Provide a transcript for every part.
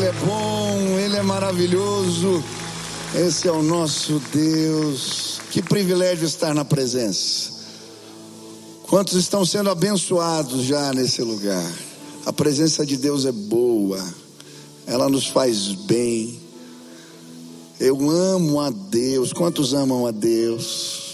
é bom, Ele é maravilhoso. Esse é o nosso Deus. Que privilégio estar na presença. Quantos estão sendo abençoados já nesse lugar? A presença de Deus é boa, ela nos faz bem. Eu amo a Deus. Quantos amam a Deus?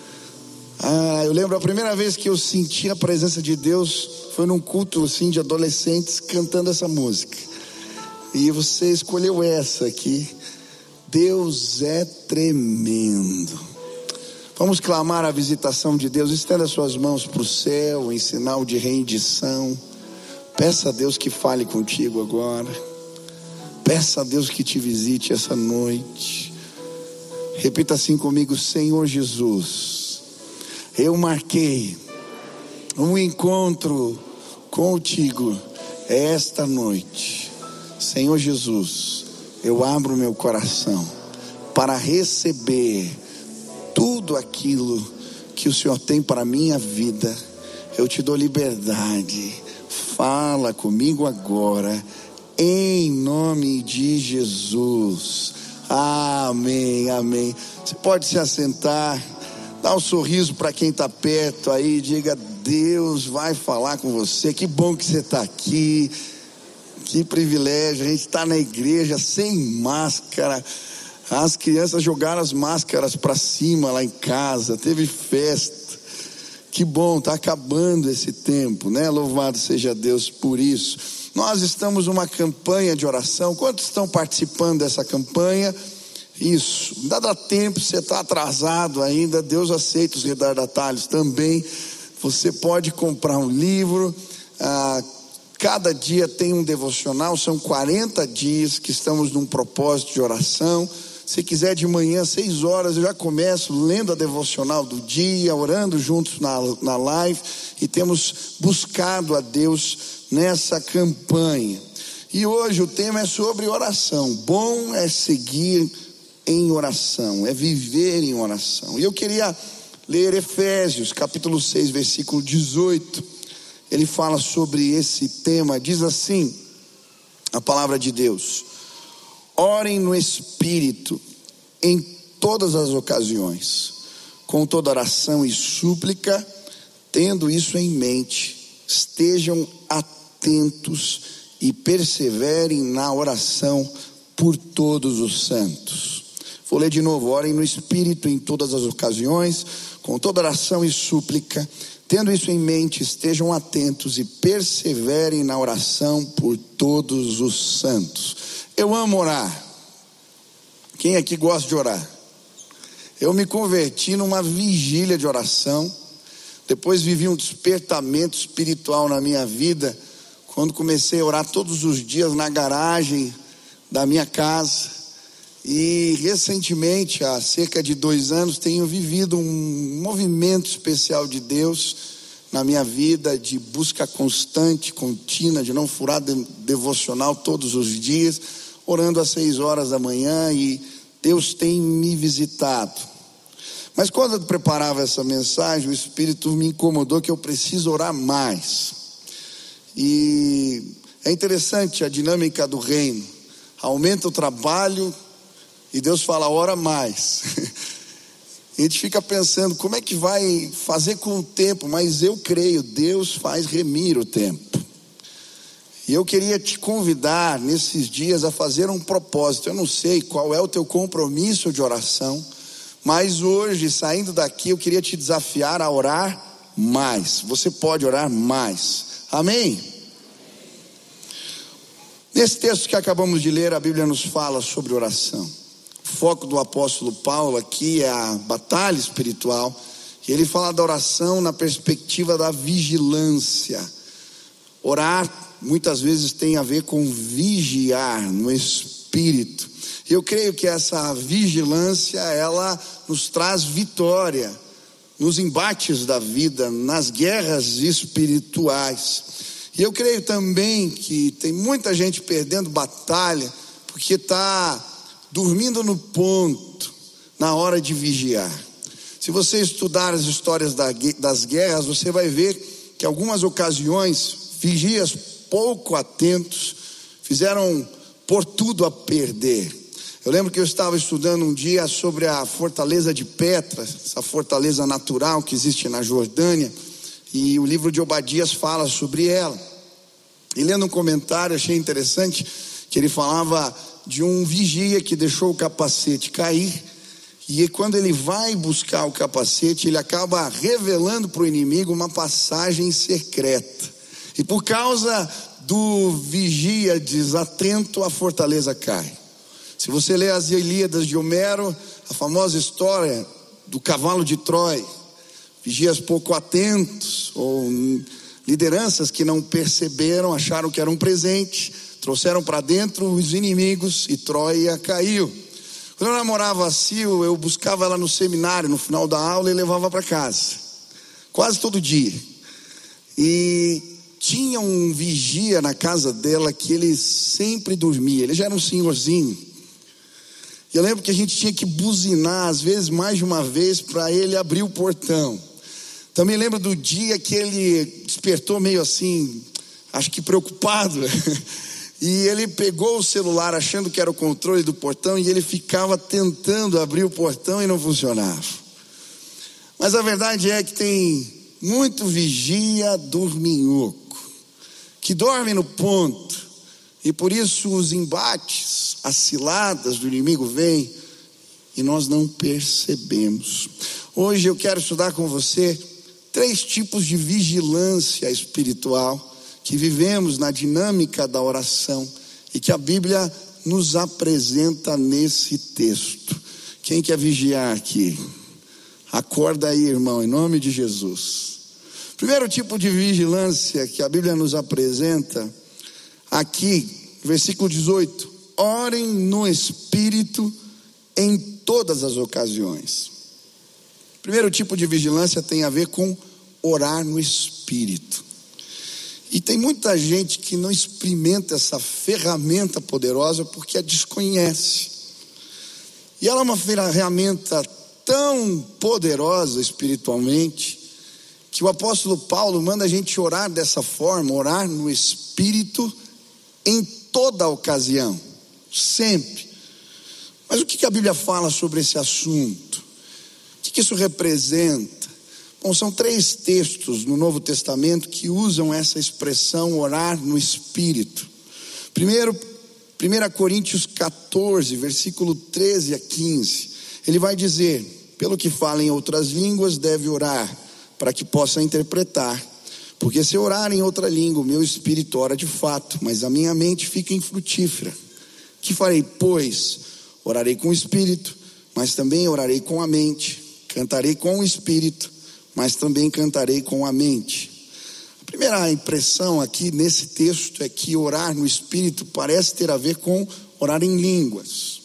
Eu lembro a primeira vez que eu senti a presença de Deus foi num culto assim de adolescentes cantando essa música. E você escolheu essa aqui. Deus é tremendo. Vamos clamar a visitação de Deus. Estenda suas mãos para o céu em sinal de rendição. Peça a Deus que fale contigo agora. Peça a Deus que te visite essa noite. Repita assim comigo: Senhor Jesus, eu marquei um encontro contigo esta noite. Senhor Jesus, eu abro meu coração para receber tudo aquilo que o Senhor tem para a minha vida. Eu te dou liberdade. Fala comigo agora, em nome de Jesus. Amém, amém. Você pode se assentar, dá um sorriso para quem está perto aí, diga: Deus vai falar com você. Que bom que você está aqui. Que privilégio, a gente está na igreja sem máscara. As crianças jogaram as máscaras para cima lá em casa, teve festa. Que bom, está acabando esse tempo, né? Louvado seja Deus por isso. Nós estamos numa campanha de oração. Quantos estão participando dessa campanha? Isso, ainda dá tempo, você está atrasado ainda, Deus aceita os retardatários também. Você pode comprar um livro, cada dia tem um devocional, são 40 dias que estamos num propósito de oração. Se quiser de manhã, 6 horas, eu já começo lendo a devocional do dia, orando juntos na live, e temos buscado a Deus nessa campanha. E hoje o tema é sobre oração. Bom é seguir em oração, é viver em oração. E eu queria ler Efésios capítulo 6, versículo 18. Ele fala sobre esse tema, diz assim a palavra de Deus: orem no Espírito em todas as ocasiões, com toda oração e súplica, tendo isso em mente, estejam atentos e perseverem na oração por todos os santos. Vou ler de novo: orem no Espírito em todas as ocasiões, com toda oração e súplica, tendo isso em mente, estejam atentos e perseverem na oração por todos os santos. Eu amo orar. Quem aqui gosta de orar? Eu me converti numa vigília de oração. Depois vivi um despertamento espiritual na minha vida, quando comecei a orar todos os dias na garagem da minha casa. E recentemente, há cerca de 2 anos, tenho vivido um movimento especial de Deus na minha vida, de busca constante, contínua, de não furar devocional todos os dias, orando às 6 horas da manhã, e Deus tem me visitado. Mas quando eu preparava essa mensagem, o Espírito me incomodou que eu preciso orar mais. E é interessante a dinâmica do reino. Aumenta o trabalho e Deus fala: ora mais. A gente fica pensando como é que vai fazer com o tempo, mas eu creio, Deus faz remir o tempo. E eu queria te convidar nesses dias a fazer um propósito. Eu não sei qual é o teu compromisso de oração, mas hoje, saindo daqui, eu queria te desafiar a orar mais. Você pode orar mais. Amém? Nesse texto que acabamos de ler, a Bíblia nos fala sobre oração. O foco do apóstolo Paulo aqui é a batalha espiritual. E ele fala da oração na perspectiva da vigilância. Orar muitas vezes tem a ver com vigiar no espírito. Eu creio que essa vigilância, ela nos traz vitória nos embates da vida, nas guerras espirituais. E eu creio também que tem muita gente perdendo batalha porque está dormindo no ponto na hora de vigiar. Se você estudar as histórias das guerras, você vai ver que algumas ocasiões vigias pouco atentos fizeram pôr tudo a perder. Eu lembro que eu estava estudando um dia sobre a fortaleza de Petra, essa fortaleza natural que existe na Jordânia, e o livro de Obadias fala sobre ela. E lendo um comentário, achei interessante que ele falava de um vigia que deixou o capacete cair, e quando ele vai buscar o capacete, ele acaba revelando para o inimigo uma passagem secreta. E por causa do vigia desatento, a fortaleza cai. Se você lê as Ilíadas de Homero, a famosa história do cavalo de Troia, vigias pouco atentos, ou lideranças que não perceberam, acharam que era um presente, trouxeram para dentro os inimigos e Troia caiu. Quando eu namorava a Sil, eu buscava ela no seminário, no final da aula, e levava para casa, quase todo dia. E tinha um vigia na casa dela que ele sempre dormia, ele já era um senhorzinho. E eu lembro que a gente tinha que buzinar, às vezes mais de uma vez, para ele abrir o portão. Também lembro do dia que ele despertou meio assim, acho que preocupado. E ele pegou o celular achando que era o controle do portão, e ele ficava tentando abrir o portão e não funcionava. Mas a verdade é que tem muito vigia dorminhoco, que dorme no ponto, e por isso os embates, as ciladas do inimigo vêm e nós não percebemos. Hoje eu quero estudar com você 3 tipos de vigilância espiritual que vivemos na dinâmica da oração e que a Bíblia nos apresenta nesse texto. Quem quer vigiar aqui? Acorda aí, irmão, em nome de Jesus. Primeiro tipo de vigilância que a Bíblia nos apresenta aqui, versículo 18: orem no Espírito em todas as ocasiões. Primeiro tipo de vigilância tem a ver com orar no Espírito. E tem muita gente que não experimenta essa ferramenta poderosa porque a desconhece. E ela é uma ferramenta tão poderosa espiritualmente, que o apóstolo Paulo manda a gente orar dessa forma, orar no Espírito em toda ocasião, sempre. Mas o que a Bíblia fala sobre esse assunto? O que isso representa? Bom, são 3 textos no Novo Testamento que usam essa expressão orar no Espírito. Primeiro, 1 Coríntios 14, versículo 13 a 15. Ele vai dizer: pelo que fala em outras línguas deve orar, para que possa interpretar. Porque se orar em outra língua, o meu espírito ora de fato, mas a minha mente fica infrutífera. Que farei, pois? Orarei com o espírito, mas também orarei com a mente. Cantarei com o espírito, mas também cantarei com a mente. A primeira impressão aqui nesse texto é que orar no Espírito parece ter a ver com orar em línguas.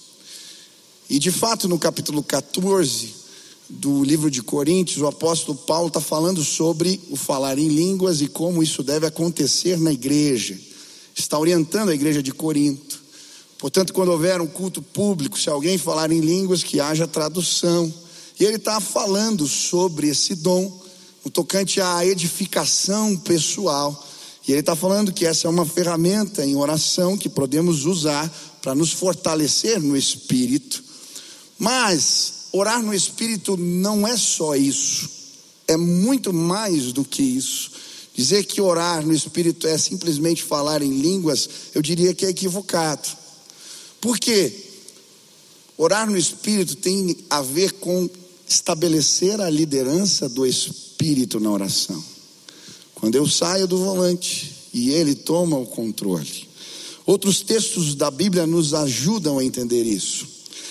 E de fato no capítulo 14 do livro de Coríntios, o apóstolo Paulo está falando sobre o falar em línguas e como isso deve acontecer na igreja. Está orientando a igreja de Corinto. Portanto, quando houver um culto público, se alguém falar em línguas, que haja tradução. E ele está falando sobre esse dom, no tocante à edificação pessoal. E ele está falando que essa é uma ferramenta em oração que podemos usar para nos fortalecer no Espírito. Mas orar no Espírito não é só isso, é muito mais do que isso. Dizer que orar no Espírito é simplesmente falar em línguas, eu diria que é equivocado. Por quê? Orar no Espírito tem a ver com estabelecer a liderança do Espírito na oração. Quando eu saio do volante e ele toma o controle. Outros textos da Bíblia nos ajudam a entender isso.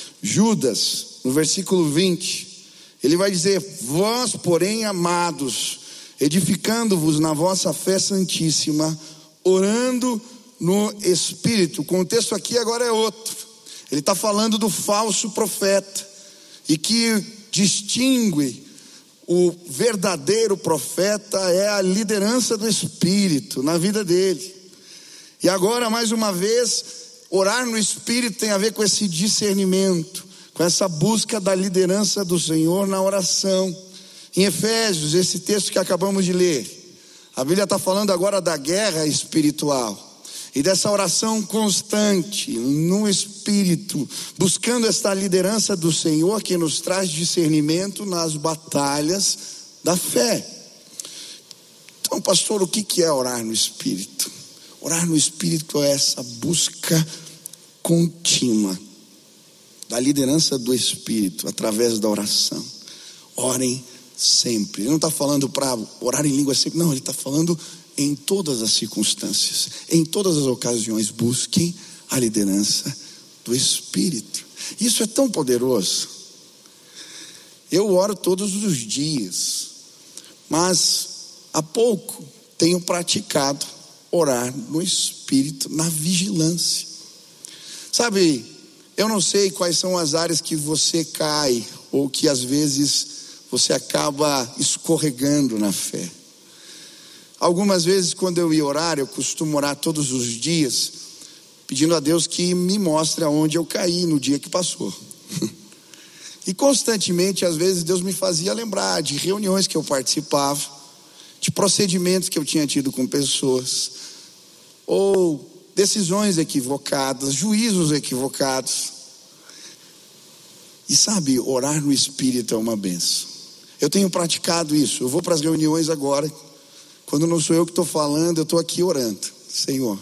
Judas, no versículo 20, ele vai dizer: vós, porém, amados, edificando-vos na vossa fé santíssima, orando no Espírito. O contexto aqui agora é outro. Ele está falando do falso profeta, e que distingue o verdadeiro profeta é a liderança do Espírito na vida dele. E agora, mais uma vez, orar no Espírito tem a ver com esse discernimento, com essa busca da liderança do Senhor na oração. Em Efésios, esse texto que acabamos de ler, a Bíblia está falando agora da guerra espiritual. e dessa oração constante no Espírito, buscando esta liderança do Senhor que nos traz discernimento nas batalhas da fé. Então, pastor, o que é orar no Espírito? Orar no Espírito é essa busca contínua da liderança do Espírito através da oração. Orem sempre. Ele não está falando para orar em língua sempre, não, ele está falando em todas as circunstâncias, em todas as ocasiões. Busquem a liderança do Espírito. Isso é tão poderoso. Eu oro todos os dias, mas há pouco tenho praticado orar no Espírito, na vigilância. Sabe, eu não sei quais são as áreas que você cai, ou que às vezes você acaba escorregando na fé. Algumas vezes, quando eu ia orar, eu costumo orar todos os dias, pedindo a Deus que me mostre aonde eu caí no dia que passou. E constantemente, às vezes, Deus me fazia lembrar de reuniões que eu participava, de procedimentos que eu tinha tido com pessoas, ou decisões equivocadas, juízos equivocados. E sabe, orar no Espírito é uma bênção. Eu tenho praticado isso. Eu vou para as reuniões agora. Quando não sou eu que estou falando, eu estou aqui orando. Senhor,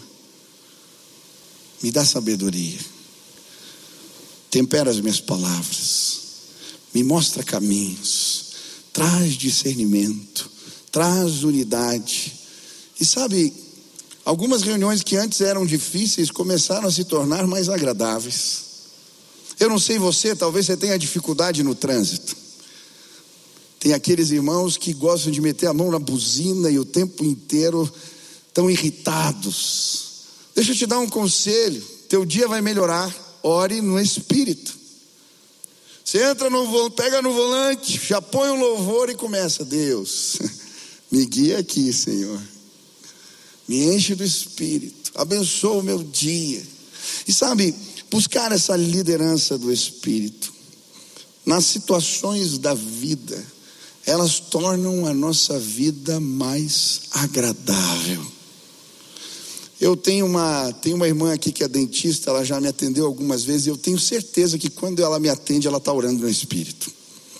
me dá sabedoria. Tempera as minhas palavras. Me mostra caminhos. Traz discernimento. Traz unidade. E sabe, algumas reuniões que antes eram difíceis começaram a se tornar mais agradáveis. Eu não sei você, talvez você tenha dificuldade no trânsito. Tem aqueles irmãos que gostam de meter a mão na buzina e o tempo inteiro estão irritados. Deixa eu te dar um conselho, teu dia vai melhorar. Ore no Espírito. Você entra pega no volante, já põe um louvor e começa: Deus, me guia aqui, Senhor. Me enche do Espírito, abençoa o meu dia. E sabe, buscar essa liderança do Espírito nas situações da vida, elas tornam a nossa vida mais agradável. Eu tenho uma irmã aqui que é dentista, ela já me atendeu algumas vezes, e eu tenho certeza que quando ela me atende, ela está orando no Espírito.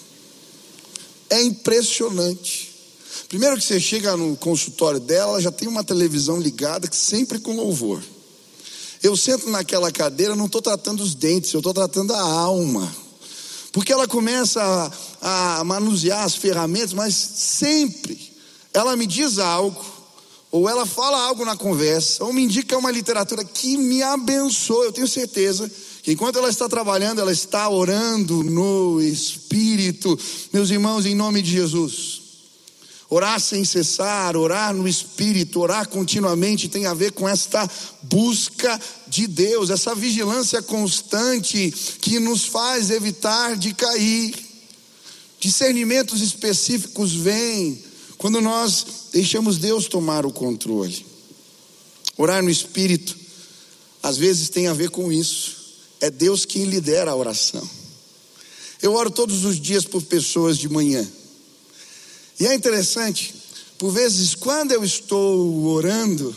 É impressionante. Primeiro que você chega no consultório dela, já tem uma televisão ligada, sempre com louvor. Eu sento naquela cadeira, não estou tratando os dentes, eu estou tratando a alma. Porque ela começa a manusear as ferramentas, mas sempre ela me diz algo, ou ela fala algo na conversa, ou me indica uma literatura que me abençoa. Eu tenho certeza que enquanto ela está trabalhando, ela está orando no Espírito. Meus irmãos, em nome de Jesus, orar sem cessar, orar no Espírito, orar continuamente tem a ver com esta busca de Deus, essa vigilância constante que nos faz evitar de cair. Discernimentos específicos vêm quando nós deixamos Deus tomar o controle. Orar no Espírito, às vezes tem a ver com isso. É Deus quem lidera a oração. Eu oro todos os dias por pessoas de manhã. E é interessante, por vezes quando eu estou orando,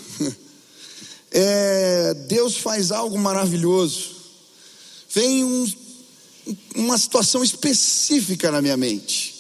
Deus faz algo maravilhoso. Vem uma situação específica na minha mente.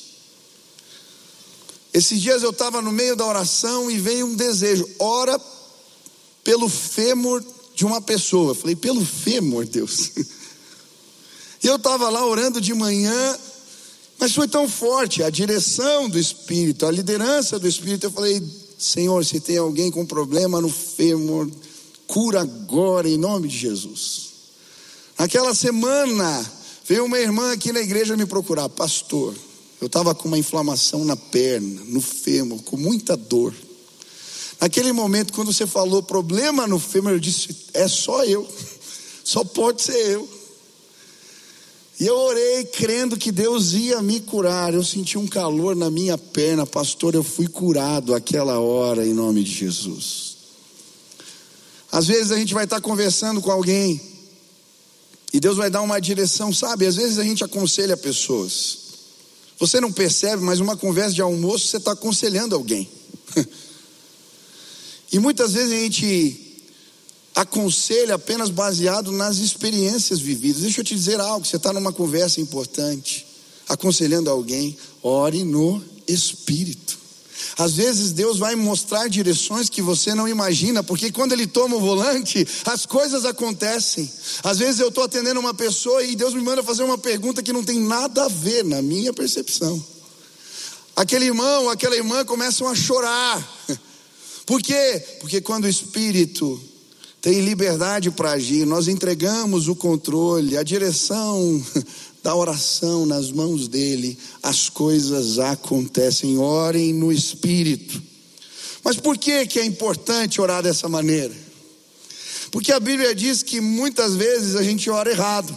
Esses dias eu estava no meio da oração e veio um desejo: ora pelo fêmur de uma pessoa. Eu falei: pelo fêmur, Deus? E eu estava lá orando de manhã, mas foi tão forte a direção do Espírito, a liderança do Espírito. Eu falei: Senhor, se tem alguém com problema no fêmur, cura agora em nome de Jesus. Naquela semana veio uma irmã aqui na igreja me procurar: pastor, eu estava com uma inflamação na perna, no fêmur, com muita dor. Naquele momento, quando você falou problema no fêmur, eu disse: é só eu, só pode ser eu. E eu orei crendo que Deus ia me curar. Eu senti um calor na minha perna, pastor, eu fui curado aquela hora em nome de Jesus. Às vezes a gente vai estar conversando com alguém e Deus vai dar uma direção, sabe? Às vezes a gente aconselha pessoas. Você não percebe, mas uma conversa de almoço você está aconselhando alguém. E muitas vezes a gente aconselha apenas baseado nas experiências vividas. Deixa eu te dizer algo, você está numa conversa importante, aconselhando alguém, ore no Espírito. Às vezes Deus vai mostrar direções que você não imagina, porque quando Ele toma o volante, as coisas acontecem. Às vezes eu estou atendendo uma pessoa e Deus me manda fazer uma pergunta que não tem nada a ver na minha percepção. Aquele irmão, aquela irmã começam a chorar. Por quê? Porque quando o Espírito tem liberdade para agir, nós entregamos o controle, a direção da oração nas mãos dele, as coisas acontecem. Orem no Espírito. Mas por que é importante orar dessa maneira? Porque a Bíblia diz que muitas vezes a gente ora errado.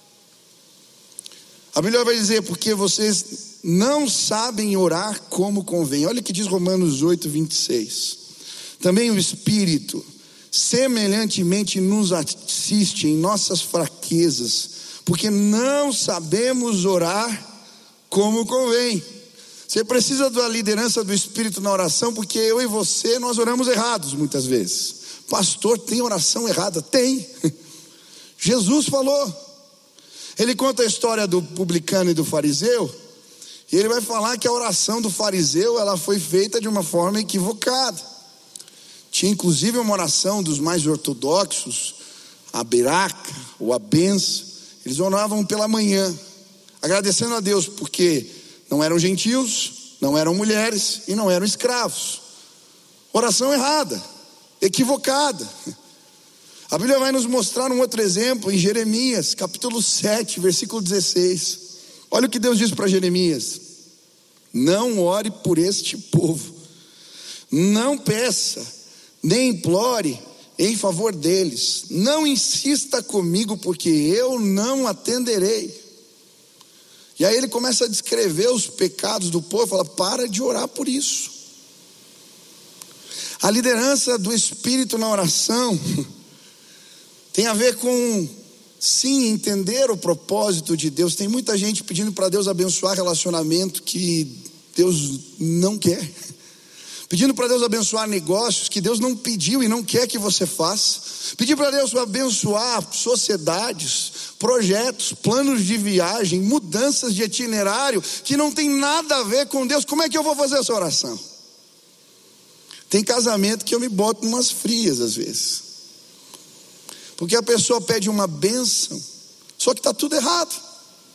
A Bíblia vai dizer, porque vocês não sabem orar como convém. Olha o que diz Romanos 8, 26. Também o Espírito semelhantemente nos assiste em nossas fraquezas, porque não sabemos orar como convém. Você precisa da liderança do Espírito na oração, porque eu e você, nós oramos errados muitas vezes. Pastor, tem oração errada? Tem. Jesus falou. Ele conta a história do publicano e do fariseu, e ele vai falar que a oração do fariseu, ela foi feita de uma forma equivocada. Tinha inclusive uma oração dos mais ortodoxos, a beraca ou a benção. Eles oravam pela manhã, agradecendo a Deus, porque não eram gentios, não eram mulheres e não eram escravos. Oração errada, equivocada. A Bíblia vai nos mostrar um outro exemplo em Jeremias, capítulo 7, versículo 16. Olha o que Deus diz para Jeremias: não ore por este povo, não peça, nem implore em favor deles, não insista comigo, porque eu não atenderei. E aí ele começa a descrever os pecados do povo, fala, para de orar por isso. A liderança do Espírito na oração tem a ver com, sim, entender o propósito de Deus. Tem muita gente pedindo para Deus abençoar relacionamento que Deus não quer, pedindo para Deus abençoar negócios que Deus não pediu e não quer que você faça, pedir para Deus abençoar sociedades, projetos, planos de viagem, mudanças de itinerário que não tem nada a ver com Deus. Como é que eu vou fazer essa oração? Tem casamento que eu me boto umas frias às vezes, porque a pessoa pede uma bênção, só que está tudo errado.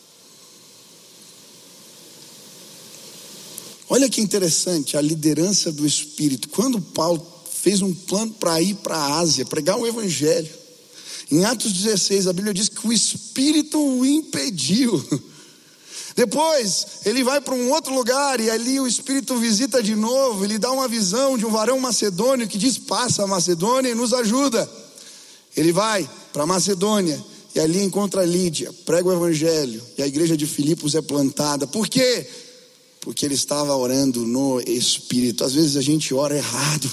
Olha que interessante a liderança do Espírito. Quando Paulo fez um plano para ir para a Ásia, pregar o Evangelho, em Atos 16 a Bíblia diz que o Espírito o impediu. Depois ele vai para um outro lugar e ali o Espírito visita de novo. Ele dá uma visão de um varão macedônio que diz, passa a Macedônia e nos ajuda. Ele vai para a Macedônia e ali encontra Lídia, prega o Evangelho, e a igreja de Filipos é plantada. Por quê? Porque ele estava orando no Espírito. Às vezes a gente ora errado.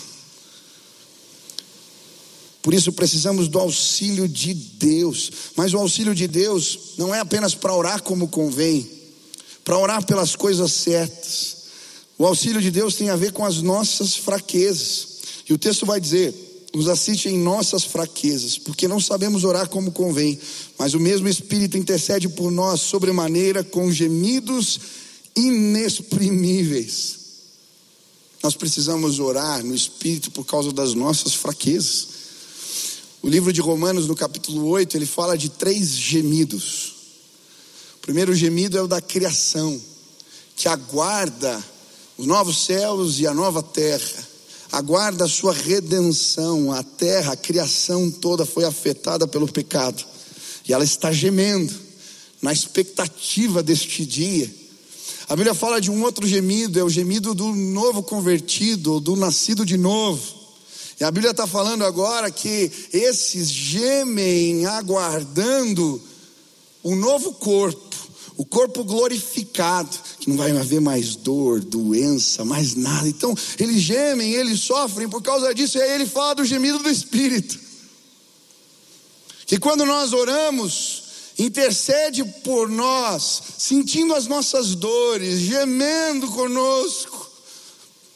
Por isso precisamos do auxílio de Deus. Mas o auxílio de Deus não é apenas para orar como convém, para orar pelas coisas certas. O auxílio de Deus tem a ver com as nossas fraquezas. E o texto vai dizer, nos assiste em nossas fraquezas, porque não sabemos orar como convém, mas o mesmo Espírito intercede por nós sobremaneira com gemidos inexprimíveis. Nós precisamos orar no Espírito por causa das nossas fraquezas. O livro de Romanos, no capítulo 8, ele fala de 3 gemidos. O primeiro gemido é o da criação, que aguarda os novos céus e a nova terra, aguarda a sua redenção. A terra, a criação toda foi afetada pelo pecado, e ela está gemendo na expectativa deste dia. A Bíblia fala de um outro gemido, é o gemido do novo convertido, ou do nascido de novo. E a Bíblia está falando agora que esses gemem aguardando um novo corpo, o corpo glorificado, que não vai haver mais dor, doença, mais nada. Então eles gemem, eles sofrem por causa disso. E aí ele fala do gemido do Espírito, que quando nós oramos, intercede por nós, sentindo as nossas dores, gemendo conosco.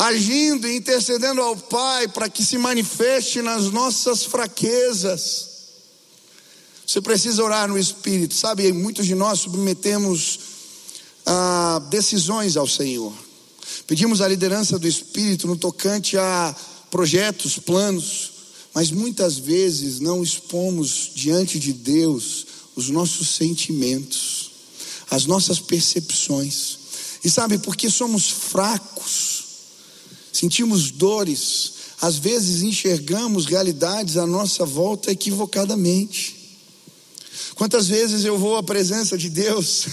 agindo e intercedendo ao Pai para que se manifeste nas nossas fraquezas. Você precisa orar no Espírito, sabe? Muitos de nós submetemos decisões ao Senhor, pedimos a liderança do Espírito no tocante a projetos, planos, mas muitas vezes não expomos diante de Deus os nossos sentimentos, as nossas percepções. E sabe, porque somos fracos, sentimos dores, às vezes enxergamos realidades à nossa volta equivocadamente. Quantas vezes eu vou à presença de Deus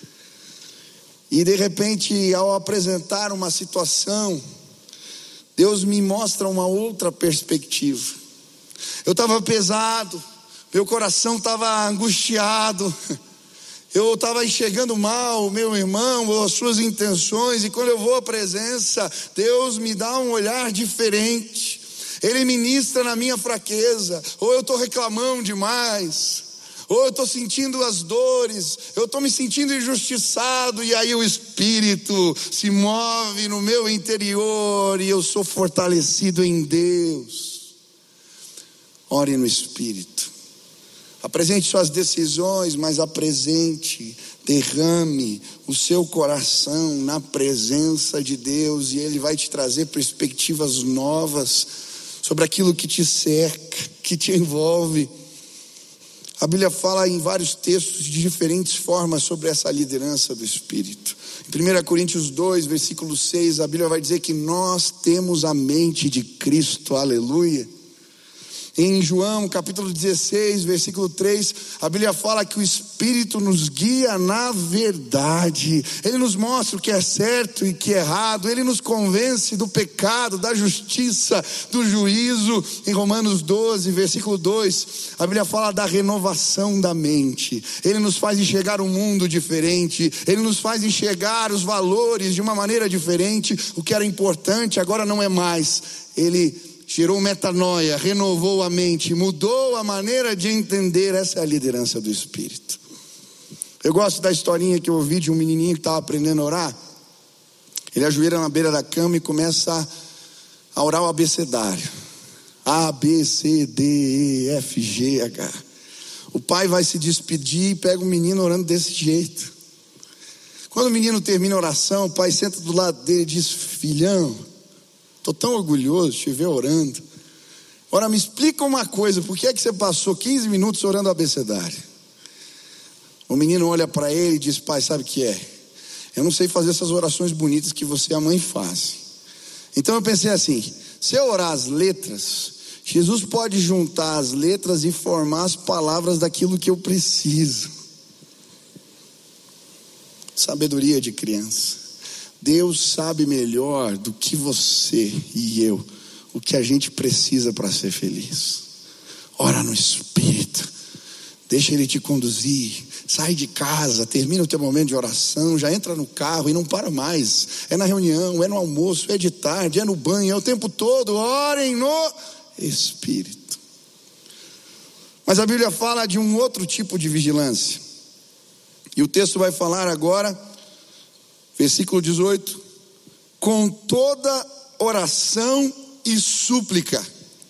e de repente, ao apresentar uma situação, Deus me mostra uma outra perspectiva. Eu estava pesado, meu coração estava angustiado, eu estava enxergando mal o meu irmão, as suas intenções, e quando eu vou à presença, Deus me dá um olhar diferente. Ele ministra na minha fraqueza, ou eu estou reclamando demais, ou eu estou sentindo as dores, eu estou me sentindo injustiçado, e aí o Espírito se move no meu interior, e eu sou fortalecido em Deus. Ore no Espírito, apresente suas decisões, mas apresente, derrame o seu coração na presença de Deus, e Ele vai te trazer perspectivas novas sobre aquilo que te cerca, que te envolve. A Bíblia fala em vários textos de diferentes formas sobre essa liderança do Espírito. Em 1 Coríntios 2, versículo 6, a Bíblia vai dizer que nós temos a mente de Cristo, aleluia. Em João capítulo 16, versículo 3, a Bíblia fala que o Espírito nos guia na verdade. Ele nos mostra o que é certo e o que é errado. Ele nos convence do pecado, da justiça, do juízo. Em Romanos 12, versículo 2, a Bíblia fala da renovação da mente. Ele nos faz enxergar um mundo diferente. Ele nos faz enxergar os valores de uma maneira diferente. O que era importante agora não é mais. Ele gerou metanoia, renovou a mente, mudou a maneira de entender. Essa é a liderança do Espírito. Eu gosto da historinha que eu ouvi de um menininho que estava aprendendo a orar. Ele ajoelha na beira da cama e começa a orar o abecedário. A, B, C, D, E, F, G, H. O pai vai se despedir e pega o menino orando desse jeito. Quando o menino termina a oração, o pai senta do lado dele e diz: filhão, estou tão orgulhoso de te ver orando. Ora, me explica uma coisa, por que é que você passou 15 minutos orando o abecedário? O menino olha para ele e diz: pai, sabe o que é? Eu não sei fazer essas orações bonitas que você e a mãe fazem. Então eu pensei assim: se eu orar as letras, Jesus pode juntar as letras e formar as palavras daquilo que eu preciso. Sabedoria de criança. Deus sabe melhor do que você e eu o que a gente precisa para ser feliz. Ora no Espírito, deixa Ele te conduzir. Sai de casa, termina o teu momento de oração, já entra no carro e não para mais. É na reunião, é no almoço, é de tarde, é no banho, é o tempo todo. Orem no Espírito. Mas a Bíblia fala de um outro tipo de vigilância, e o texto vai falar agora, versículo 18: com toda oração e súplica.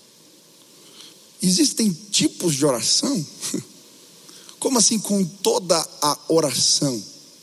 Existem tipos de oração? Como assim com toda a oração?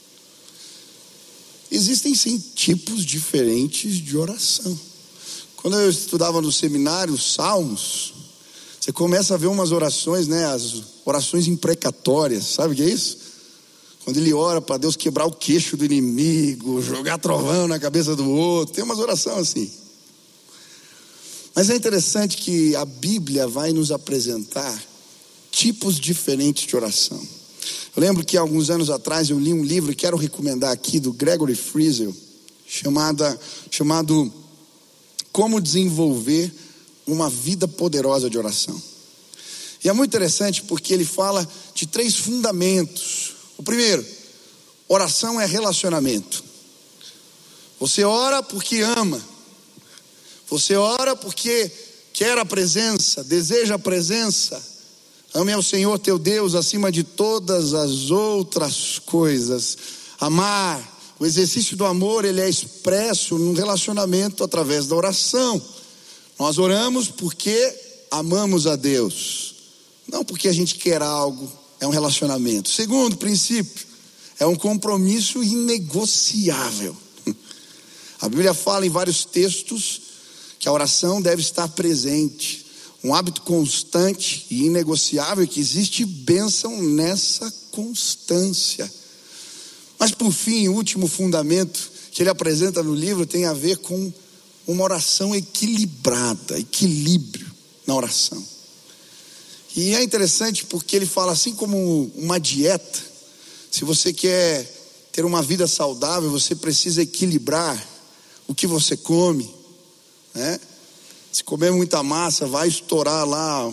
Existem sim tipos diferentes de oração. Quando eu estudava no seminário os Salmos, você começa a ver umas orações, né? As orações imprecatórias, sabe o que é isso? Quando ele ora para Deus quebrar o queixo do inimigo, jogar trovão na cabeça do outro. Tem umas orações assim. Mas é interessante que a Bíblia vai nos apresentar tipos diferentes de oração. Eu lembro que alguns anos atrás eu li um livro, e quero recomendar aqui, do Gregory Friesel, chamado Como Desenvolver uma Vida Poderosa de Oração. E é muito interessante porque ele fala de 3 fundamentos. O primeiro, oração é relacionamento. Você ora porque ama. Você ora porque quer a presença, deseja a presença. Ame ao Senhor teu Deus acima de todas as outras coisas. Amar o exercício do amor, ele é expresso num relacionamento através da oração. Nós oramos porque amamos a Deus, não porque a gente quer algo, é um relacionamento. Segundo princípio, é um compromisso inegociável. A Bíblia fala em vários textos que a oração deve estar presente, um hábito constante e inegociável, que existe bênção nessa constância. Mas por fim, o último fundamento que ele apresenta no livro tem a ver com uma oração equilibrada, equilíbrio na oração. E é interessante porque ele fala assim como uma dieta. Se você quer ter uma vida saudável, você precisa equilibrar o que você come, né? Se comer muita massa, vai estourar lá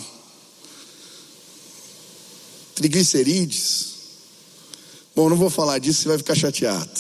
triglicerídeos. Bom, não vou falar disso, você vai ficar chateado.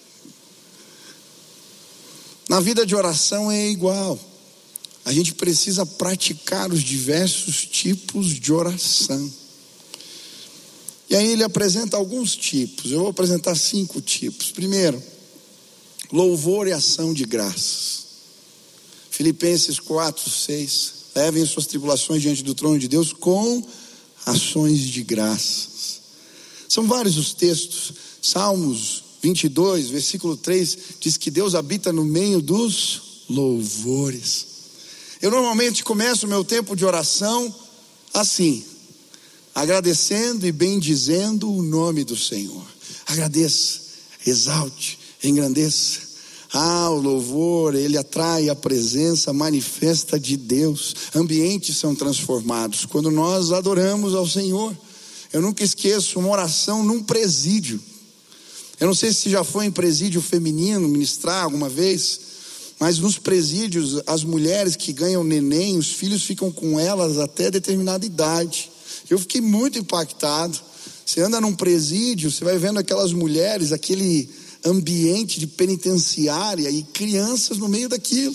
Na vida de oração é igual. A gente precisa praticar os diversos tipos de oração. E aí ele apresenta alguns tipos. Eu vou apresentar 5 tipos. Primeiro, louvor e ação de graças. Filipenses 4:6. Levem suas tribulações diante do trono de Deus com ações de graças. São vários os textos. Salmos 22, versículo 3, diz que Deus habita no meio dos louvores. Eu normalmente começo o meu tempo de oração assim, agradecendo e bendizendo o nome do Senhor. Agradeça, exalte, engrandeça. O louvor, ele atrai a presença manifesta de Deus. Ambientes são transformados quando nós adoramos ao Senhor. Eu nunca esqueço uma oração num presídio. Eu não sei se já foi em presídio feminino ministrar alguma vez, mas nos presídios, as mulheres que ganham neném, os filhos ficam com elas até determinada idade. Eu fiquei muito impactado. Você anda num presídio, você vai vendo aquelas mulheres, aquele ambiente de penitenciária e crianças no meio daquilo.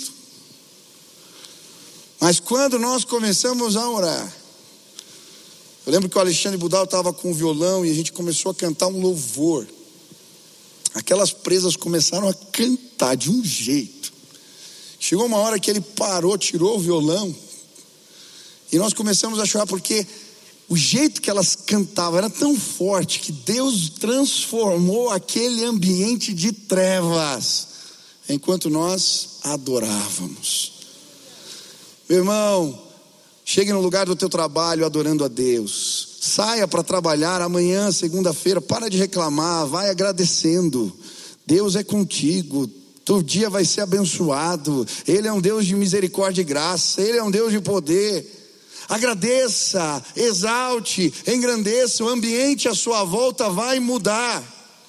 Mas quando nós começamos a orar, eu lembro que o Alexandre Budal estava com o violão e a gente começou a cantar um louvor. Aquelas presas começaram a cantar de um jeito. Chegou uma hora que ele parou, tirou o violão e nós começamos a chorar porque o jeito que elas cantavam era tão forte que Deus transformou aquele ambiente de trevas enquanto nós adorávamos. Meu irmão, chegue no lugar do teu trabalho adorando a Deus. Saia para trabalhar amanhã, segunda-feira, para de reclamar, vai agradecendo. Deus é contigo, teu dia vai ser abençoado. Ele é um Deus de misericórdia e graça, Ele é um Deus de poder. Agradeça, exalte, engrandeça, o ambiente à sua volta vai mudar.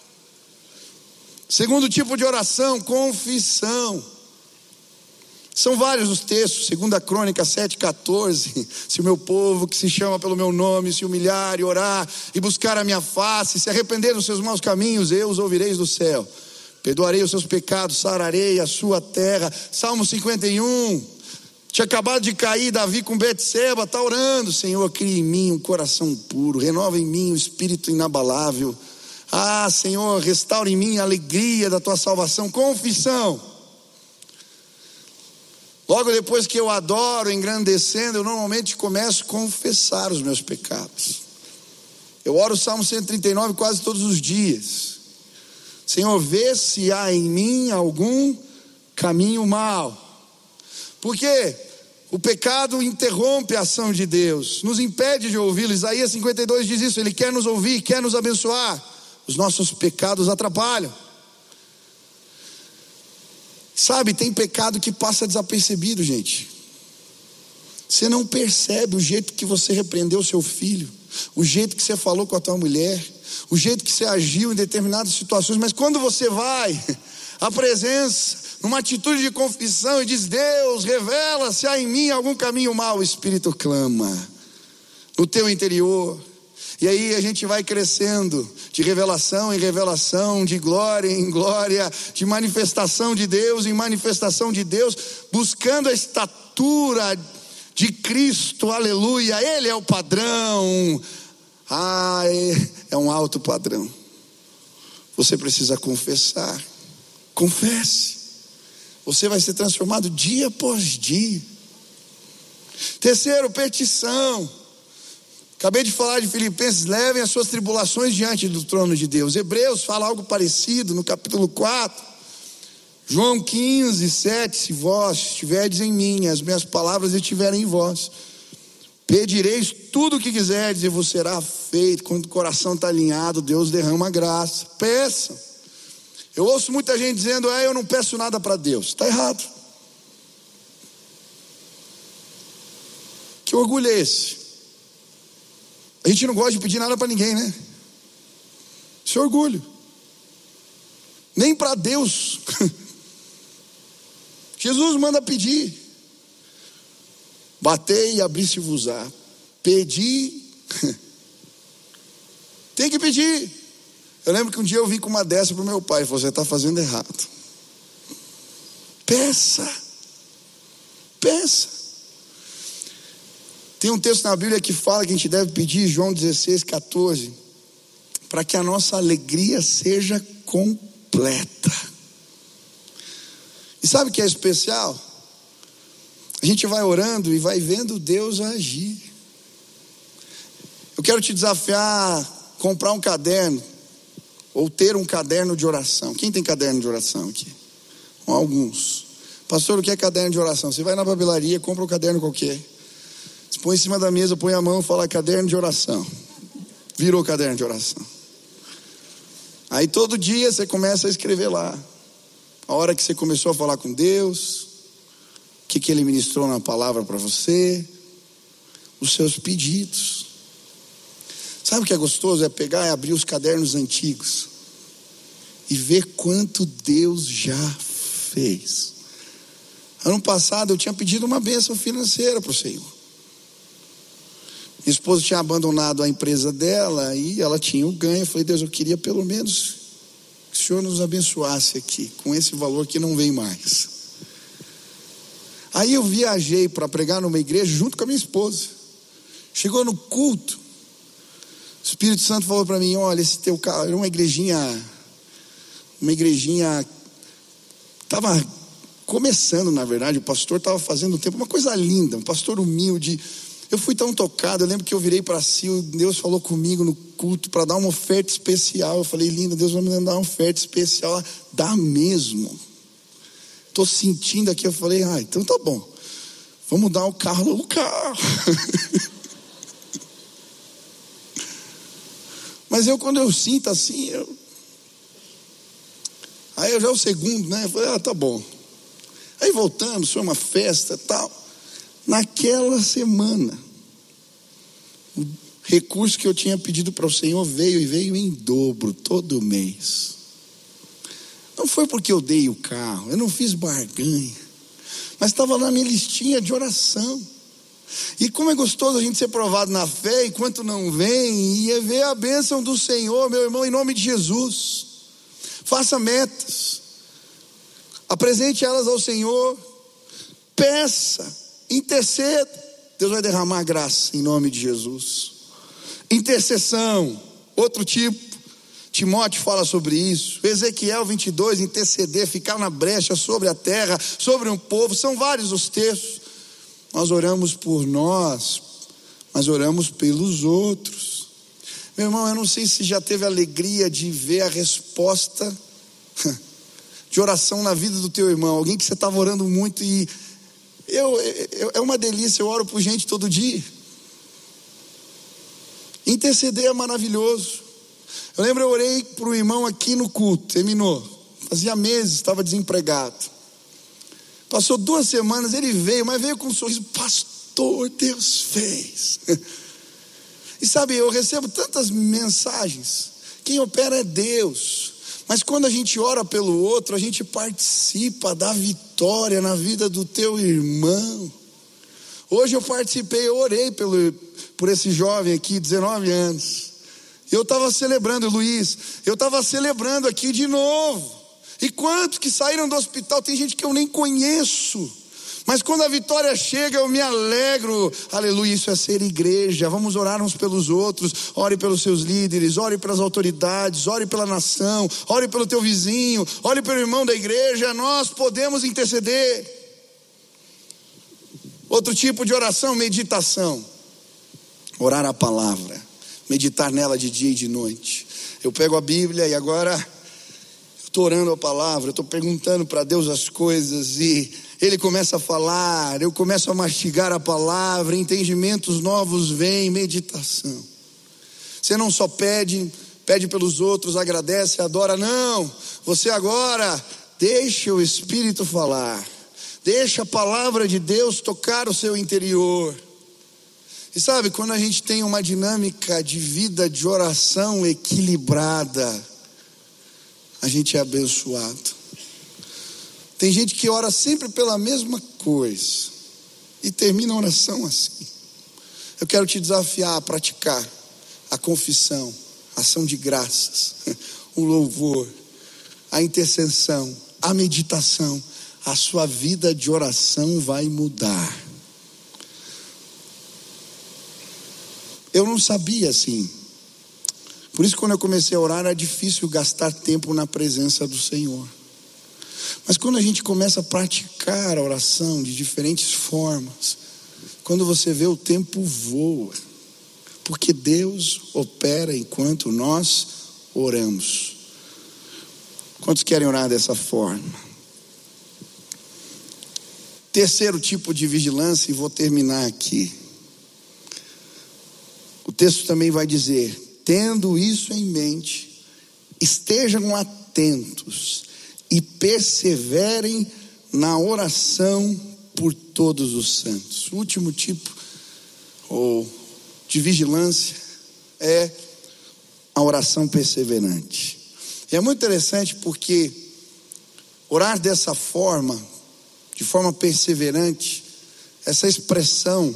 Segundo tipo de oração, confissão. São vários os textos. 2 Crônicas 7:14. Se o meu povo que se chama pelo meu nome se humilhar e orar e buscar a minha face, se arrepender dos seus maus caminhos, eu os ouvirei do céu, perdoarei os seus pecados, sararei a sua terra. Salmo 51. Tinha acabado de cair Davi com Betseba, está orando: Senhor, cria em mim um coração puro, renova em mim um espírito inabalável. Senhor, restaura em mim a alegria da tua salvação. Confissão. Logo depois que eu adoro, engrandecendo, eu normalmente começo a confessar os meus pecados. Eu oro o Salmo 139 quase todos os dias. Senhor, vê se há em mim algum caminho mau. Porque o pecado interrompe a ação de Deus, nos impede de ouvi-lo. Isaías 52 diz isso: Ele quer nos ouvir, quer nos abençoar. Os nossos pecados atrapalham. Sabe, tem pecado que passa desapercebido, gente. Você não percebe o jeito que você repreendeu seu filho, o jeito que você falou com a tua mulher, o jeito que você agiu em determinadas situações. Mas quando você vai à presença, numa atitude de confissão, e diz: Deus, revela se há em mim algum caminho mau, o Espírito clama no teu interior. E aí a gente vai crescendo de revelação em revelação, de glória em glória, de manifestação de Deus em manifestação de Deus, buscando a estatura de Cristo, aleluia. Ele é o padrão. É um alto padrão. Você precisa confessar. Confesse. Você vai ser transformado dia após dia. Terceiro, petição. Acabei de falar de Filipenses, levem as suas tribulações diante do trono de Deus. Hebreus fala algo parecido no capítulo 4. João 15, 7, se vós estiverdes em mim, as minhas palavras estiverem em vós, pedireis tudo o que quiserdes e vos será feito. Quando o coração está alinhado, Deus derrama graça. Peçam. Eu ouço muita gente dizendo, eu não peço nada para Deus. Está errado. Que orgulho é esse? A gente não gosta de pedir nada para ninguém, né? Isso é orgulho. Nem para Deus. Jesus manda pedir. Batei e abri-se-vos-á. Pedi. Tem que pedir. Eu lembro que um dia eu vim com uma dessa para o meu pai. Ele falou, você está fazendo errado. Peça. Peça. Tem um texto na Bíblia que fala que a gente deve pedir, João 16, 14, para que a nossa alegria seja completa. E sabe o que é especial? A gente vai orando e vai vendo Deus agir. Eu quero te desafiar a comprar um caderno, ou ter um caderno de oração. Quem tem caderno de oração aqui? Alguns. Pastor, o que é caderno de oração? Você vai na papelaria, compra um caderno qualquer. Você põe em cima da mesa, põe a mão e fala caderno de oração. Virou caderno de oração. Aí todo dia você começa a escrever lá. A hora que você começou a falar com Deus, o que Ele ministrou na palavra para você, os seus pedidos. Sabe o que é gostoso? É pegar e abrir os cadernos antigos e ver quanto Deus já fez. Ano passado eu tinha pedido uma bênção financeira para o Senhor. Minha esposa tinha abandonado a empresa dela e ela tinha o ganho. Eu falei, Deus, eu queria pelo menos que o Senhor nos abençoasse aqui, com esse valor que não vem mais. Aí eu viajei para pregar numa igreja junto com a minha esposa. Chegou no culto, o Espírito Santo falou para mim, olha, esse teu carro, era uma igrejinha, estava começando, na verdade, o pastor estava fazendo um tempo, uma coisa linda, um pastor humilde. Eu fui tão tocado, eu lembro que eu virei para si, Deus falou comigo no culto para dar uma oferta especial. Eu falei, linda, Deus vai me dar uma oferta especial. Dá mesmo. Estou sentindo aqui, eu falei, então tá bom. Vamos dar o carro no carro. Mas quando eu sinto assim, aí eu já é o segundo, né? Eu falei, tá bom. Aí voltamos, foi uma festa e tal. Naquela semana, o recurso que eu tinha pedido para o Senhor veio em dobro, todo mês. Não foi porque eu dei o carro, eu não fiz barganha, mas estava na minha listinha de oração. E como é gostoso a gente ser provado na fé, enquanto não vem, e ver a bênção do Senhor, meu irmão, em nome de Jesus. Faça metas, apresente elas ao Senhor, peça, interceda, Deus vai derramar graça em nome de Jesus. Intercessão, outro tipo, Timóteo fala sobre isso. Ezequiel 22, interceder, ficar na brecha sobre a terra, sobre um povo, são vários os textos. Nós oramos por nós, mas oramos pelos outros. Meu irmão, eu não sei se já teve a alegria de ver a resposta de oração na vida do teu irmão, alguém que você estava orando muito e é uma delícia, eu oro por gente todo dia. Interceder é maravilhoso. Eu lembro, eu orei para um irmão aqui no culto, terminou, fazia meses, estava desempregado. Passou 2 semanas, ele veio, mas veio com um sorriso, pastor, Deus fez. E sabe, eu recebo tantas mensagens, quem opera é Deus. Mas quando a gente ora pelo outro, a gente participa da vitória na vida do teu irmão. Hoje eu participei, eu orei por esse jovem aqui, 19 anos. Eu estava celebrando, Luiz, eu estava celebrando aqui de novo. E quantos que saíram do hospital, tem gente que eu nem conheço, Mas quando a vitória chega, eu me alegro. Aleluia, isso é ser igreja. Vamos orar uns pelos outros. Ore pelos seus líderes, ore pelas autoridades, ore pela nação, ore pelo teu vizinho, ore pelo irmão da igreja. Nós podemos interceder. Outro tipo de oração, meditação. Orar a palavra, meditar nela de dia e de noite. Eu pego a Bíblia e agora estou orando a palavra, estou perguntando para Deus as coisas e Ele começa a falar, eu começo a mastigar a palavra, entendimentos novos vêm, meditação. Você não só pede pelos outros, agradece, adora, não. Você agora deixa o Espírito falar, deixa a palavra de Deus tocar o seu interior. E sabe, quando a gente tem uma dinâmica de vida, de oração equilibrada, a gente é abençoado. Tem gente que ora sempre pela mesma coisa e termina a oração assim. Eu quero te desafiar a praticar a confissão, a ação de graças, o louvor, a intercessão, a meditação. A sua vida de oração vai mudar. Eu não sabia assim. Por isso, quando eu comecei a orar, era difícil gastar tempo na presença do Senhor. Mas quando a gente começa a praticar a oração de diferentes formas, quando você vê, o tempo voa. Porque Deus opera enquanto nós oramos. Quantos querem orar dessa forma? Terceiro tipo de vigilância, e vou terminar aqui. O texto também vai dizer: tendo isso em mente, estejam atentos e perseverem na oração por todos os santos. O último tipo de vigilância é a oração perseverante. E é muito interessante porque orar dessa forma, de forma perseverante, essa expressão,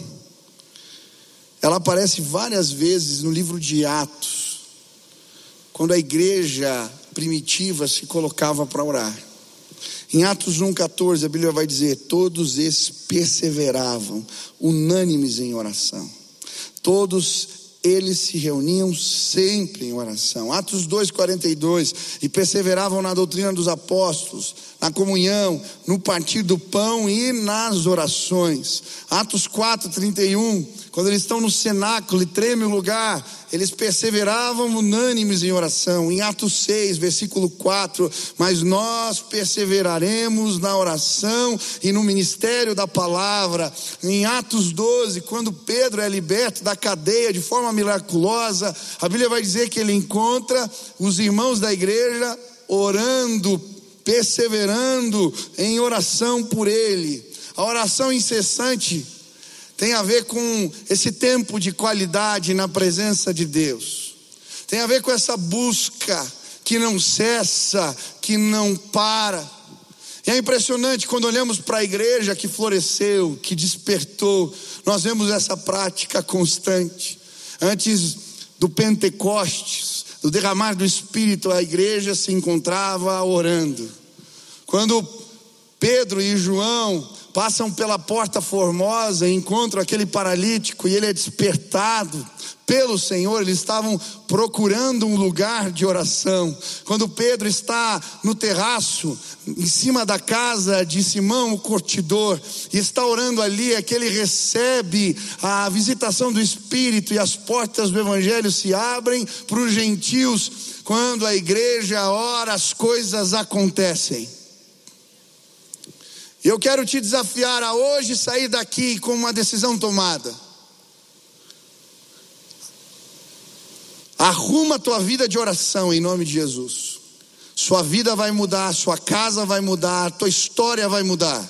ela aparece várias vezes no livro de Atos, quando a igreja primitiva se colocava para orar. Em Atos 1,14 a Bíblia vai dizer: todos esses perseveravam, unânimes em oração. Todos eles se reuniam sempre em oração. Atos 2,42, e perseveravam na doutrina dos apóstolos, na comunhão, no partir do pão e nas orações. Atos 4,31, quando eles estão no cenáculo e treme o lugar, eles perseveravam unânimes em oração. Em Atos 6, versículo 4, mas nós perseveraremos na oração e no ministério da palavra. Em Atos 12, quando Pedro é liberto da cadeia de forma miraculosa, a Bíblia vai dizer que ele encontra os irmãos da igreja orando, perseverando em oração por ele. A oração incessante tem a ver com esse tempo de qualidade na presença de Deus. Tem a ver com essa busca que não cessa, que não para. E é impressionante quando olhamos para a igreja que floresceu, que despertou. Nós vemos essa prática constante. Antes do Pentecostes, do derramar do Espírito, a igreja se encontrava orando. Quando Pedro e João passam pela porta formosa e encontram aquele paralítico e ele é despertado pelo Senhor, eles estavam procurando um lugar de oração. Quando Pedro está no terraço, em cima da casa de Simão, o curtidor, e está orando ali, é que ele recebe a visitação do Espírito e as portas do Evangelho se abrem para os gentios. Quando a igreja ora, as coisas acontecem. E eu quero te desafiar a hoje sair daqui com uma decisão tomada. Arruma a tua vida de oração em nome de Jesus. Sua vida vai mudar, sua casa vai mudar, tua história vai mudar.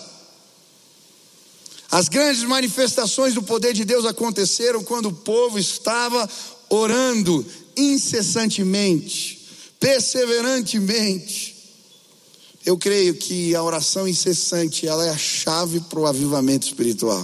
As grandes manifestações do poder de Deus aconteceram quando o povo estava orando incessantemente, perseverantemente. Eu creio que a oração incessante, ela é a chave para o avivamento espiritual.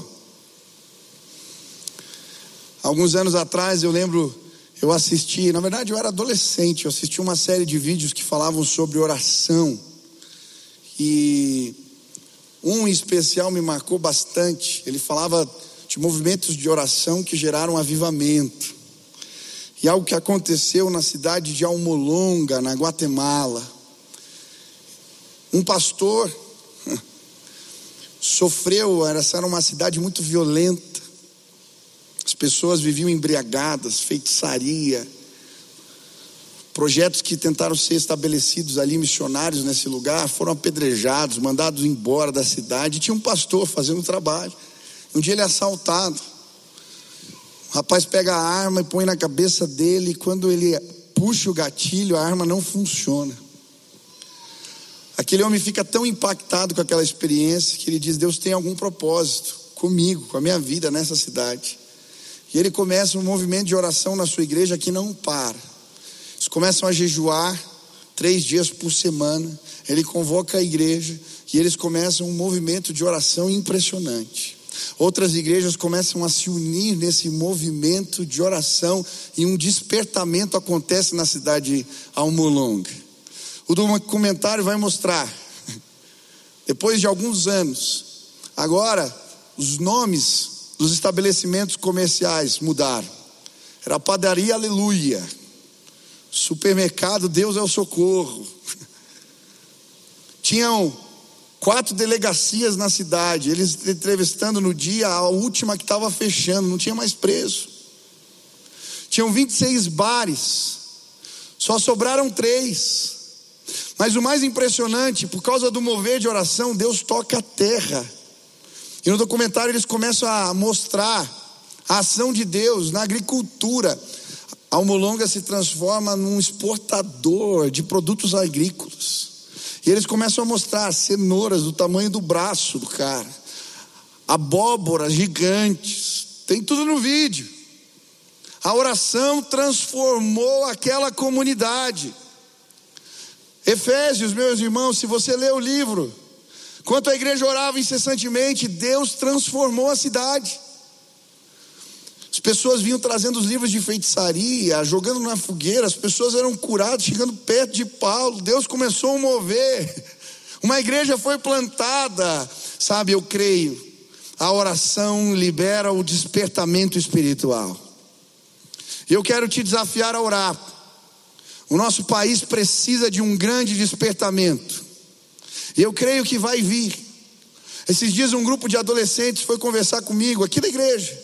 Alguns anos atrás, eu lembro, eu assisti, na verdade eu era adolescente, eu assisti uma série de vídeos que falavam sobre oração. E Um em especial me marcou bastante. Ele falava de movimentos de oração que geraram avivamento. E algo que aconteceu na cidade de Almolonga, na Guatemala. Um pastor sofreu, essa era uma cidade muito violenta. As pessoas viviam embriagadas, feitiçaria. Projetos que tentaram ser estabelecidos ali, missionários nesse lugar, foram apedrejados, mandados embora da cidade. E tinha um pastor fazendo um trabalho. Um dia ele é assaltado. O rapaz pega a arma e põe na cabeça dele. E quando ele puxa o gatilho, a arma não funciona. Aquele homem fica tão impactado com aquela experiência que ele diz: Deus tem algum propósito comigo, com a minha vida nessa cidade. E ele começa um movimento de oração na sua igreja que não para. Eles começam a jejuar 3 dias por semana. Ele convoca a igreja e eles começam um movimento de oração impressionante. Outras igrejas começam a se unir nesse movimento de oração e um despertamento acontece na cidade de Almolonga. O documentário vai mostrar, depois de alguns anos, agora os nomes dos estabelecimentos comerciais mudaram. Era Padaria Aleluia, Supermercado Deus é o Socorro. Tinham 4 delegacias na cidade. Eles entrevistando no dia a última que estava fechando, não tinha mais preso. Tinham 26 bares, só sobraram 3. Mas o mais impressionante, por causa do mover de oração, Deus toca a terra. E no documentário eles começam a mostrar a ação de Deus na agricultura. Almolonga se transforma num exportador de produtos agrícolas. E eles começam a mostrar cenouras do tamanho do braço do cara, abóboras gigantes, tem tudo no vídeo. A oração transformou aquela comunidade. Efésios, meus irmãos, se você ler o livro, enquanto a igreja orava incessantemente, Deus transformou a cidade. As pessoas vinham trazendo os livros de feitiçaria, jogando na fogueira, as pessoas eram curadas, chegando perto de Paulo. Deus começou a mover, uma igreja foi plantada. Sabe, eu creio, a oração libera o despertamento espiritual. E eu quero te desafiar a orar. O nosso país precisa de um grande despertamento. E eu creio que vai vir. Esses dias um grupo de adolescentes foi conversar comigo aqui da igreja.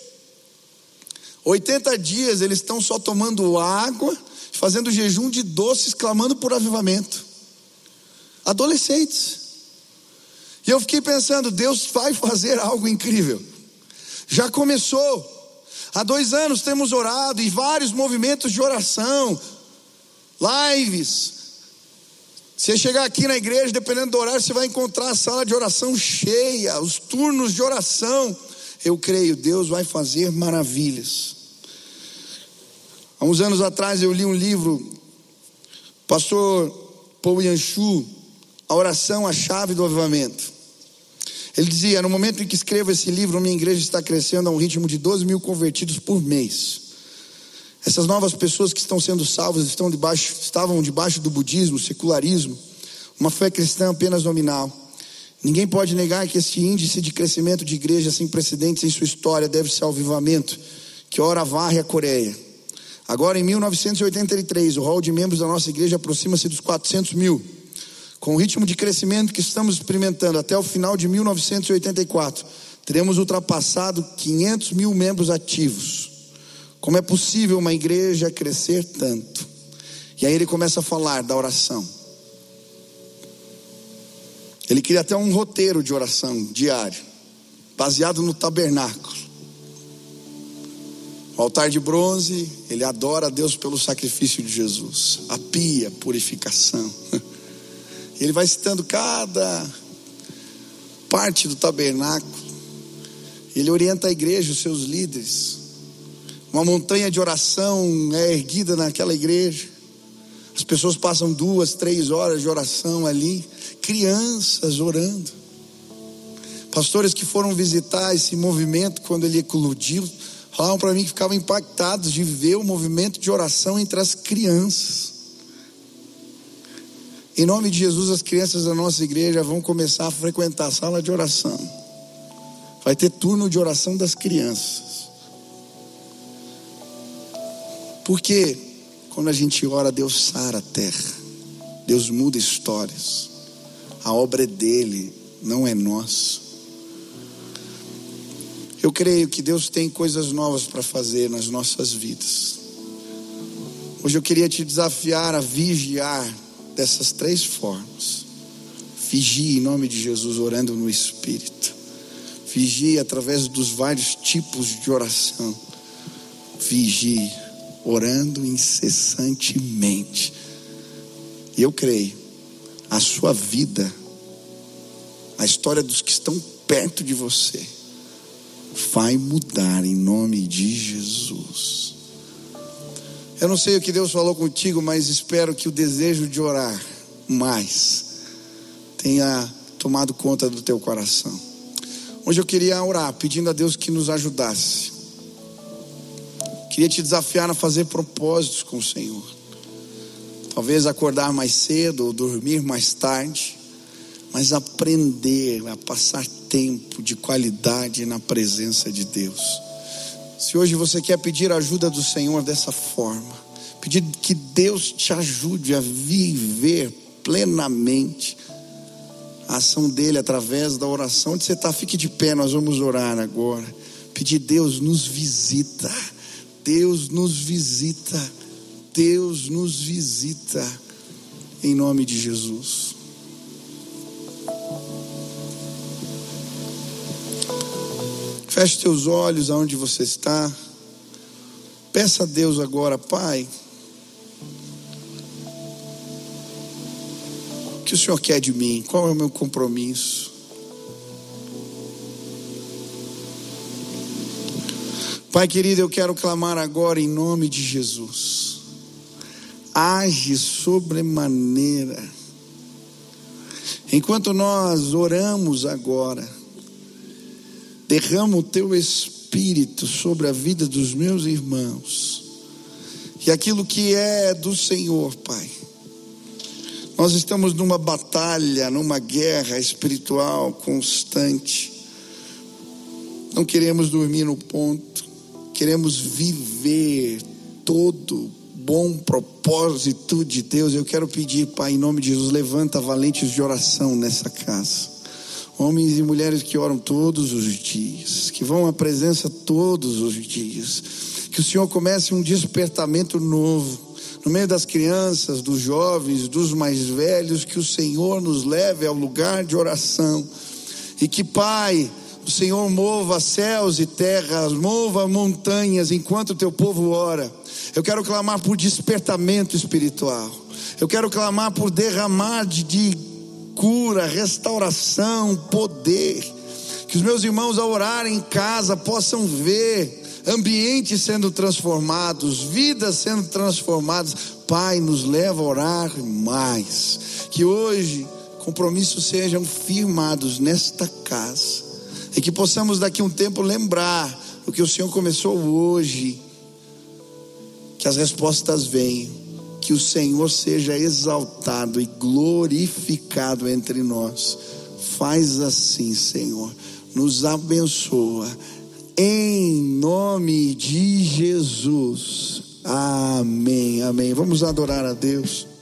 80 dias eles estão só tomando água, fazendo jejum de doces, clamando por avivamento. Adolescentes. E eu fiquei pensando, Deus vai fazer algo incrível. Já começou. Há 2 anos temos orado e vários movimentos de oração, lives. Você chegar aqui na igreja, dependendo do horário, você vai encontrar a sala de oração cheia, os turnos de oração. Eu creio, Deus vai fazer maravilhas. Há uns anos atrás eu li um livro, pastor Paul Yanshu, A Oração, a Chave do Avivamento. Ele dizia: no momento em que escrevo esse livro, minha igreja está crescendo a um ritmo de 12 mil convertidos por mês. Essas novas pessoas que estão sendo salvas estavam debaixo do budismo, secularismo, uma fé cristã apenas nominal. Ninguém pode negar que esse índice de crescimento de igreja sem precedentes em sua história deve ser ao avivamento que ora varre a Coreia. Agora, em 1983, o rol de membros da nossa igreja aproxima-se dos 400 mil. Com o ritmo de crescimento que estamos experimentando até o final de 1984, teremos ultrapassado 500 mil membros ativos. Como é possível uma igreja crescer tanto? E aí ele começa a falar da oração. Ele cria até um roteiro de oração diário, baseado no tabernáculo. O altar de bronze, ele adora a Deus pelo sacrifício de Jesus. A pia, purificação. Ele vai citando cada parte do tabernáculo. Ele orienta a igreja, os seus líderes. Uma montanha de oração é erguida naquela igreja. As pessoas passam 2, 3 horas de oração ali. Crianças orando. Pastores que foram visitar esse movimento quando ele eclodiu, falavam para mim que ficavam impactados de ver o movimento de oração entre as crianças. Em nome de Jesus, as crianças da nossa igreja vão começar a frequentar a sala de oração. Vai ter turno de oração das crianças. Porque quando a gente ora, Deus sara a terra. Deus muda histórias. A obra é dele, não é nossa. Eu creio que Deus tem coisas novas para fazer nas nossas vidas. Hoje eu queria te desafiar a vigiar dessas 3 formas. Vigie em nome de Jesus, orando no Espírito. Vigie através dos vários tipos de oração. Vigie orando incessantemente. E eu creio, a sua vida, a história dos que estão perto de você, vai mudar em nome de Jesus. Eu não sei o que Deus falou contigo, mas espero que o desejo de orar mais tenha tomado conta do teu coração. Hoje eu queria orar, pedindo a Deus que nos ajudasse. Queria te desafiar a fazer propósitos com o Senhor. Talvez acordar mais cedo ou dormir mais tarde, mas aprender a passar tempo de qualidade na presença de Deus. Se hoje você quer pedir a ajuda do Senhor dessa forma, pedir que Deus te ajude a viver plenamente a ação dele através da oração. Onde você está, fique de pé, nós vamos orar agora. Pedir: Deus nos visita, Deus nos visita, Deus nos visita, em nome de Jesus. Feche teus olhos aonde você está. Peça a Deus agora: Pai, o que o Senhor quer de mim? Qual é o meu compromisso? Pai querido, eu quero clamar agora em nome de Jesus. Age sobremaneira. Enquanto nós oramos agora, derrama o teu Espírito sobre a vida dos meus irmãos. E aquilo que é do Senhor, Pai. Nós estamos numa batalha, numa guerra espiritual constante. Não queremos dormir no ponto. Queremos viver todo bom propósito de Deus. Eu quero pedir, Pai, em nome de Jesus, levanta valentes de oração nessa casa. Homens e mulheres que oram todos os dias, que vão à presença todos os dias. Que o Senhor comece um despertamento novo no meio das crianças, dos jovens, dos mais velhos. Que o Senhor nos leve ao lugar de oração. E que, Pai, o Senhor mova céus e terras, mova montanhas enquanto o teu povo ora. Eu quero clamar por despertamento espiritual. Eu quero clamar por derramar de cura, restauração, poder. Que os meus irmãos, ao orarem em casa, possam ver ambientes sendo transformados, vidas sendo transformadas. Pai, nos leva a orar mais. Que hoje compromissos sejam firmados nesta casa, e que possamos daqui a um tempo lembrar o que o Senhor começou hoje. Que as respostas venham, que o Senhor seja exaltado e glorificado entre nós. Faz assim, Senhor, nos abençoa, em nome de Jesus. Amém, amém. Vamos adorar a Deus.